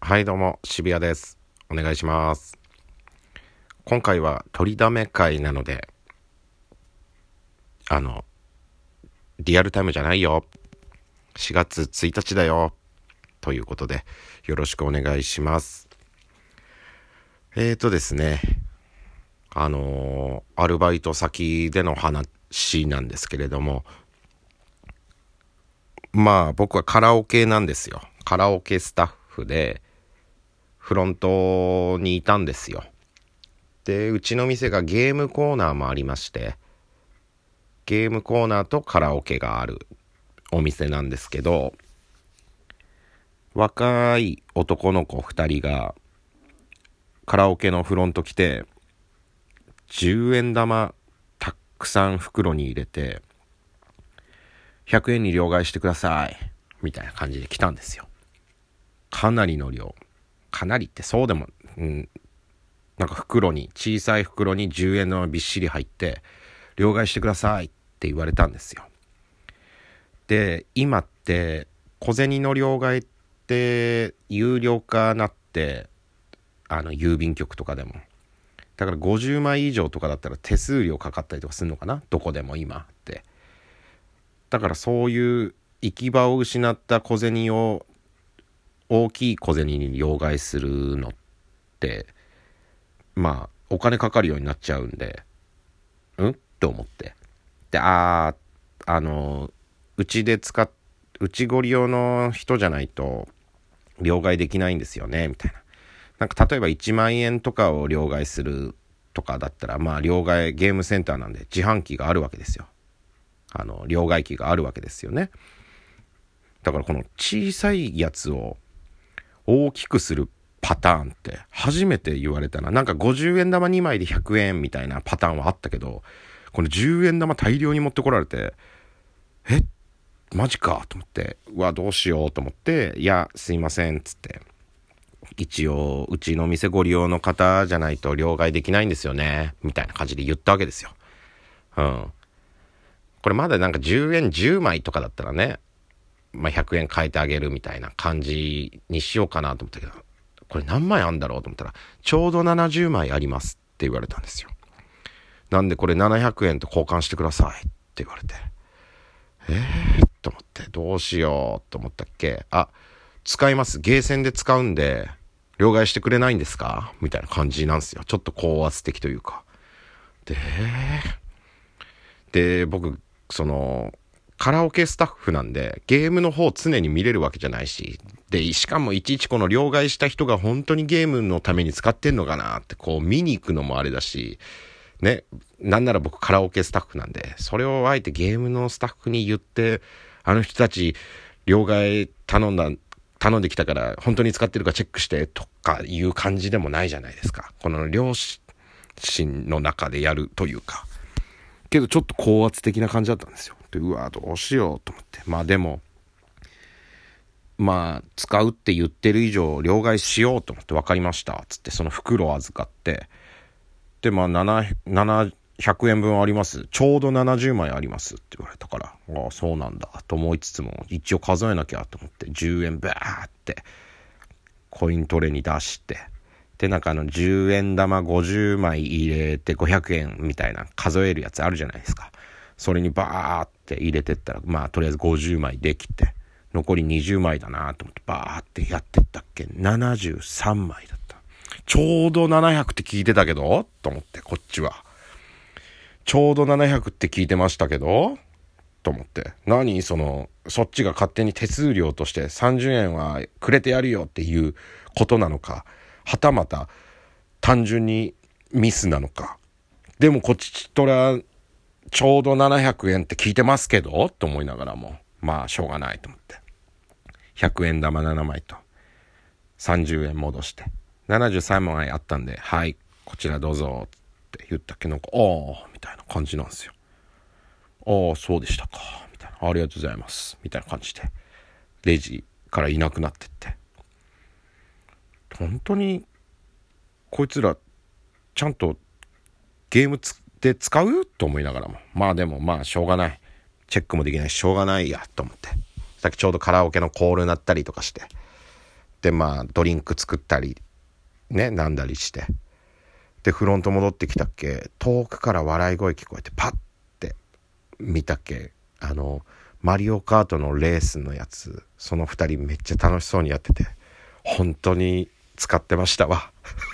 はいどうも渋谷です。お願いします。今回は取りだめ会なのでリアルタイムじゃないよ、4月1日だよということでよろしくお願いします。ですねアルバイト先での話なんですけれども、僕はカラオケなんですよ。カラオケスタッフでフロントにいたんですよ。でうちの店がゲームコーナーもありまして、ゲームコーナーとカラオケがあるお店なんですけど、若い男の子2人がカラオケのフロント来て10円玉たくさん袋に入れて100円に両替してくださいみたいな感じで来たんですよ。かなりの量、かなりってそうでも、なんか小さい袋に10円玉びっしり入って両替してくださいって言われたんですよ。で今って小銭の両替って有料化なって、郵便局とかでもだから50枚以上とかだったら手数料かかったりとかするのかな、どこでも今って。だからそういう行き場を失った小銭を大きい小銭に両替するのってお金かかるようになっちゃうんでって思って、でうちご利用の人じゃないと両替できないんですよねみたいな。なんか例えば1万円とかを両替するとかだったら両替ゲームセンターなんで自販機があるわけですよ。両替機があるわけですよね。だからこの小さいやつを大きくするパターンって初めて言われたな。なんか50円玉2枚で100円みたいなパターンはあったけど、この10円玉大量に持ってこられてマジかと思って、どうしようと思って、いやすいませんっつって、一応うちの店ご利用の方じゃないと両替できないんですよねみたいな感じで言ったわけですよ。これまだなんか10円10枚とかだったらね、100円変えてあげるみたいな感じにしようかなと思ったけど、これ何枚あんだろうと思ったらちょうど70枚ありますって言われたんですよ。なんでこれ700円と交換してくださいって言われて、と思ってどうしようと思ったっけ、使います、ゲーセンで使うんで両替してくれないんですかみたいな感じなんですよ。ちょっと高圧的というかで僕カラオケスタッフなんでゲームの方常に見れるわけじゃないし、でしかもいちいちこの両替した人が本当にゲームのために使ってんのかなって見に行くのもあれだしね。なんなら僕カラオケスタッフなんで、それをあえてゲームのスタッフに言ってあの人たち両替頼んできたから本当に使ってるかチェックしてとかいう感じでもないじゃないですか。この良心の中でやるというか、けどちょっと高圧的な感じだったんですよ。でどうしようと思って、でも使うって言ってる以上両替しようと思って、分かりましたつってその袋を預かって、で700円分あります、ちょうど70枚ありますって言われたから、そうなんだと思いつつも一応数えなきゃと思って10円バーってコイントレに出して、でなんか10円玉50枚入れて500円みたいな数えるやつあるじゃないですか。それにバーって入れてったらとりあえず50枚できて、残り20枚だなと思ってバーってやってったっけ、73枚だった。ちょうど700って聞いてたけどと思って、こっちはちょうど700って聞いてましたけどと思って、そっちが勝手に手数料として30円はくれてやるよっていうことなのか、はたまた単純にミスなのか。でもこっちとらちょうど700円って聞いてますけどと思いながらもしょうがないと思って100円玉7枚と30円戻して73枚あったんで、はいこちらどうぞって言ったっけ、なんかみたいな感じなんですよ。そうでしたかみたいな、ありがとうございますみたいな感じでレジからいなくなってって、本当にこいつらちゃんとゲームで使うと思いながらも、でもしょうがない、チェックもできないししょうがないやと思って、さっきちょうどカラオケのコール鳴ったりとかして、 でドリンク作ったりねなんだりして、でフロント戻ってきたっけ、遠くから笑い声聞こえてパッて見たっけ、マリオカートのレースのやつ、その2人めっちゃ楽しそうにやってて、本当に使ってましたわ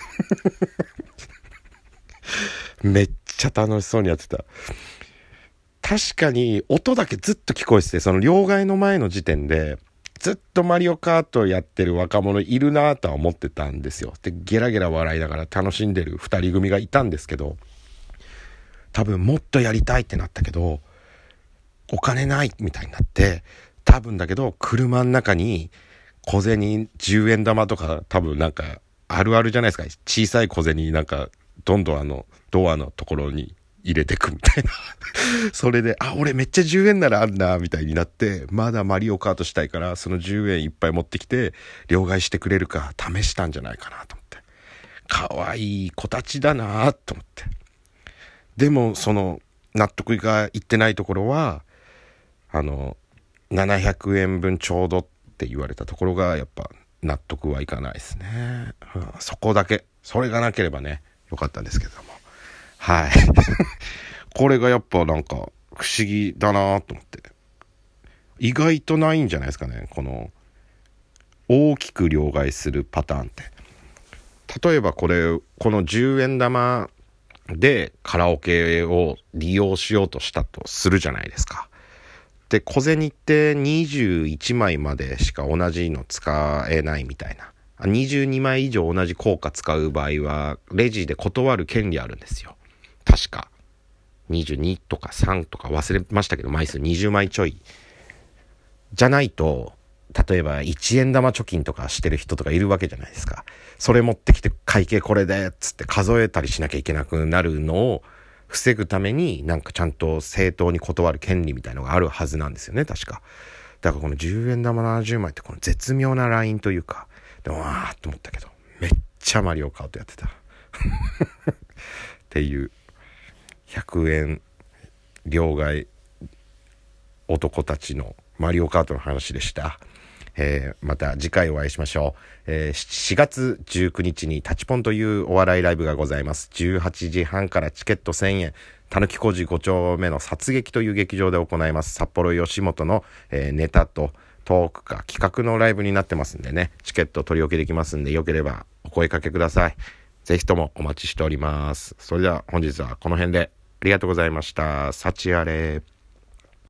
めっちゃ楽しそうにやってた。確かに音だけずっと聞こえてて、その両替の前の時点でずっとマリオカートやってる若者いるなとは思ってたんですよ。でゲラゲラ笑いながら楽しんでる2人組がいたんですけど、多分もっとやりたいってなったけどお金ないみたいになって、多分だけど車の中に小銭10円玉とか、多分なんかあるあるじゃないですか、小さい小銭なんかどんどんドアのところに入れてくみたいなそれで俺めっちゃ10円ならあんなみたいになって、まだマリオカートしたいからその10円いっぱい持ってきて両替してくれるか試したんじゃないかなと思って、可愛い子たちだなと思って。でもその納得がいってないところは700円分ちょうどって言われたところがやっぱ納得はいかないですね、そこだけ、それがなければねよかったんですけども、はいこれがやっぱなんか不思議だなと思って、意外とないんじゃないですかね、この大きく両替するパターンって。例えばこの10円玉でカラオケを利用しようとしたとするじゃないですか。で小銭って21枚までしか同じの使えないみたいな、22枚以上同じ硬貨使う場合はレジで断る権利あるんですよ。確か22とか3とか忘れましたけど、枚数20枚ちょいじゃないと、例えば1円玉貯金とかしてる人とかいるわけじゃないですか。それ持ってきて会計これでっつって数えたりしなきゃいけなくなるのを防ぐために、なんかちゃんと正当に断る権利みたいのがあるはずなんですよね、確か。だからこの10円玉70枚ってこの絶妙なラインというか、でもと思ったけどめっちゃマリオカートやってたっていう100円両替男たちのマリオカートの話でした。また次回お会いしましょう。4月19日にタチポンというお笑いライブがございます。18時半からチケット1000円、たぬき工事5丁目の殺撃という劇場で行います。札幌吉本の、ネタとトークか企画のライブになってますんでね、チケット取り置きできますんで、よければお声かけください。ぜひともお待ちしております。それでは本日はこの辺でありがとうございました。幸あれ。